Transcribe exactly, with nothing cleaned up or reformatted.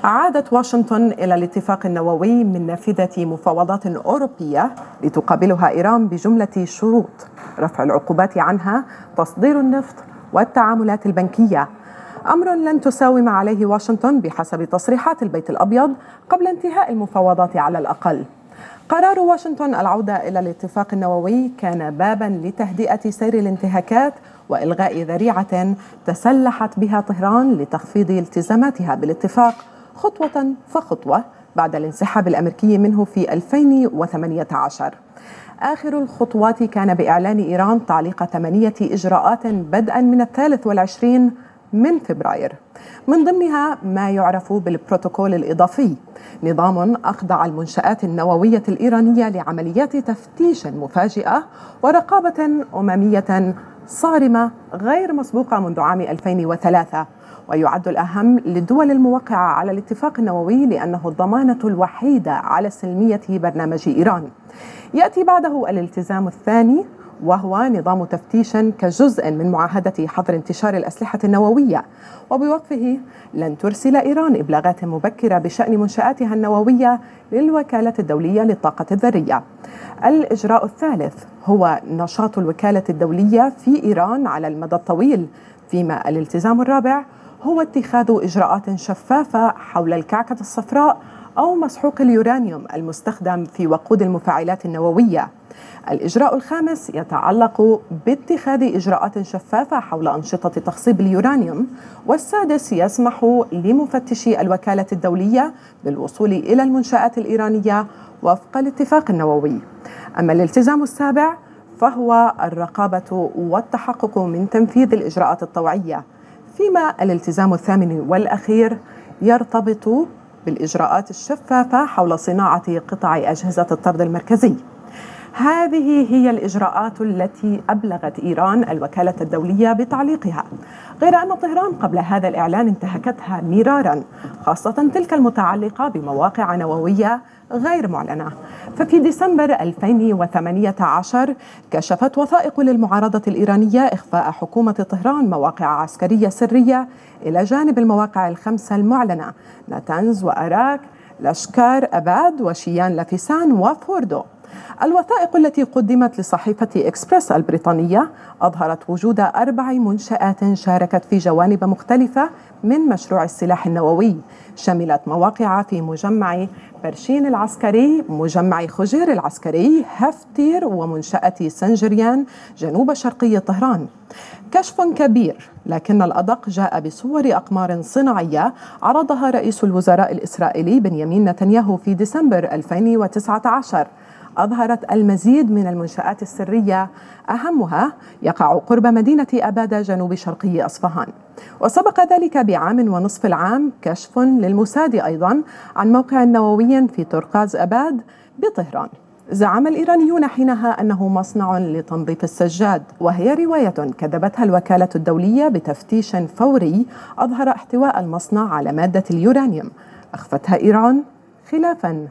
عادت واشنطن إلى الاتفاق النووي من نافذة مفاوضات أوروبية لتقابلها إيران بجملة شروط: رفع العقوبات عنها، تصدير النفط، والتعاملات البنكية، أمر لن تساوم عليه واشنطن بحسب تصريحات البيت الأبيض قبل انتهاء المفاوضات على الأقل. قرار واشنطن العودة إلى الاتفاق النووي كان باباً لتهدئة سير الانتهاكات وإلغاء ذريعة تسلحت بها طهران لتخفيض التزاماتها بالاتفاق خطوة فخطوة بعد الانسحاب الأمريكي منه في ألفين وثمانية عشر. آخر الخطوات كان بإعلان إيران تعليق ثمانية إجراءات بدءاً من الثالث والعشرين من فبراير، من ضمنها ما يعرف بالبروتوكول الإضافي، نظام أخضع المنشآت النووية الإيرانية لعمليات تفتيش مفاجئة ورقابة أممية صارمة غير مسبوقة منذ عام ألفين وثلاثة، ويعد الأهم للدول الموقعة على الاتفاق النووي لأنه الضمانة الوحيدة على سلمية برنامج إيران. يأتي بعده الالتزام الثاني، وهو نظام تفتيش كجزء من معاهدة حظر انتشار الأسلحة النووية، وبوقفه لن ترسل إيران إبلاغات مبكرة بشأن منشآتها النووية للوكالة الدولية للطاقة الذرية. الإجراء الثالث هو نشاط الوكالة الدولية في إيران على المدى الطويل، فيما الالتزام الرابع هو اتخاذ إجراءات شفافة حول الكعكة الصفراء أو مسحوق اليورانيوم المستخدم في وقود المفاعلات النووية. الإجراء الخامس يتعلق باتخاذ إجراءات شفافة حول أنشطة تخصيب اليورانيوم، والسادس يسمح لمفتشي الوكالة الدولية بالوصول إلى المنشآت الإيرانية وفق الاتفاق النووي. أما الالتزام السابع فهو الرقابة والتحقق من تنفيذ الإجراءات الطوعية، فيما الالتزام الثامن والأخير يرتبط بالإجراءات الشفافة حول صناعة قطع أجهزة الطرد المركزي. هذه هي الإجراءات التي أبلغت إيران الوكالة الدولية بتعليقها، غير أن طهران قبل هذا الإعلان انتهكتها مرارا، خاصة تلك المتعلقة بمواقع نووية غير معلنة. ففي ديسمبر ألفين وثمانية عشر كشفت وثائق للمعارضة الإيرانية إخفاء حكومة طهران مواقع عسكرية سرية إلى جانب المواقع الخمسة المعلنة: ناتنز وأراك، لشكار أباد، وشيان لافيسان، وفوردو. الوثائق التي قدمت لصحيفة إكسبرس البريطانية أظهرت وجود أربع منشآت شاركت في جوانب مختلفة من مشروع السلاح النووي، شملت مواقع في مجمع برشين العسكري، مجمع خجير العسكري، هفتير، ومنشأة سنجريان جنوب شرقي طهران. كشف كبير، لكن الأدق جاء بصور أقمار صناعية عرضها رئيس الوزراء الإسرائيلي بنيامين نتنياهو في ديسمبر ألفين وتسعة عشر، أظهرت المزيد من المنشآت السرية، أهمها يقع قرب مدينة أباد جنوب شرقي أصفهان. وسبق ذلك بعام ونصف العام كشف للموساد أيضا عن موقع نووي في ترقاز أباد بطهران. زعم الإيرانيون حينها أنه مصنع لتنظيف السجاد، وهي رواية كذبتها الوكالة الدولية بتفتيش فوري أظهر احتواء المصنع على مادة اليورانيوم، أخفتها إيران خلافا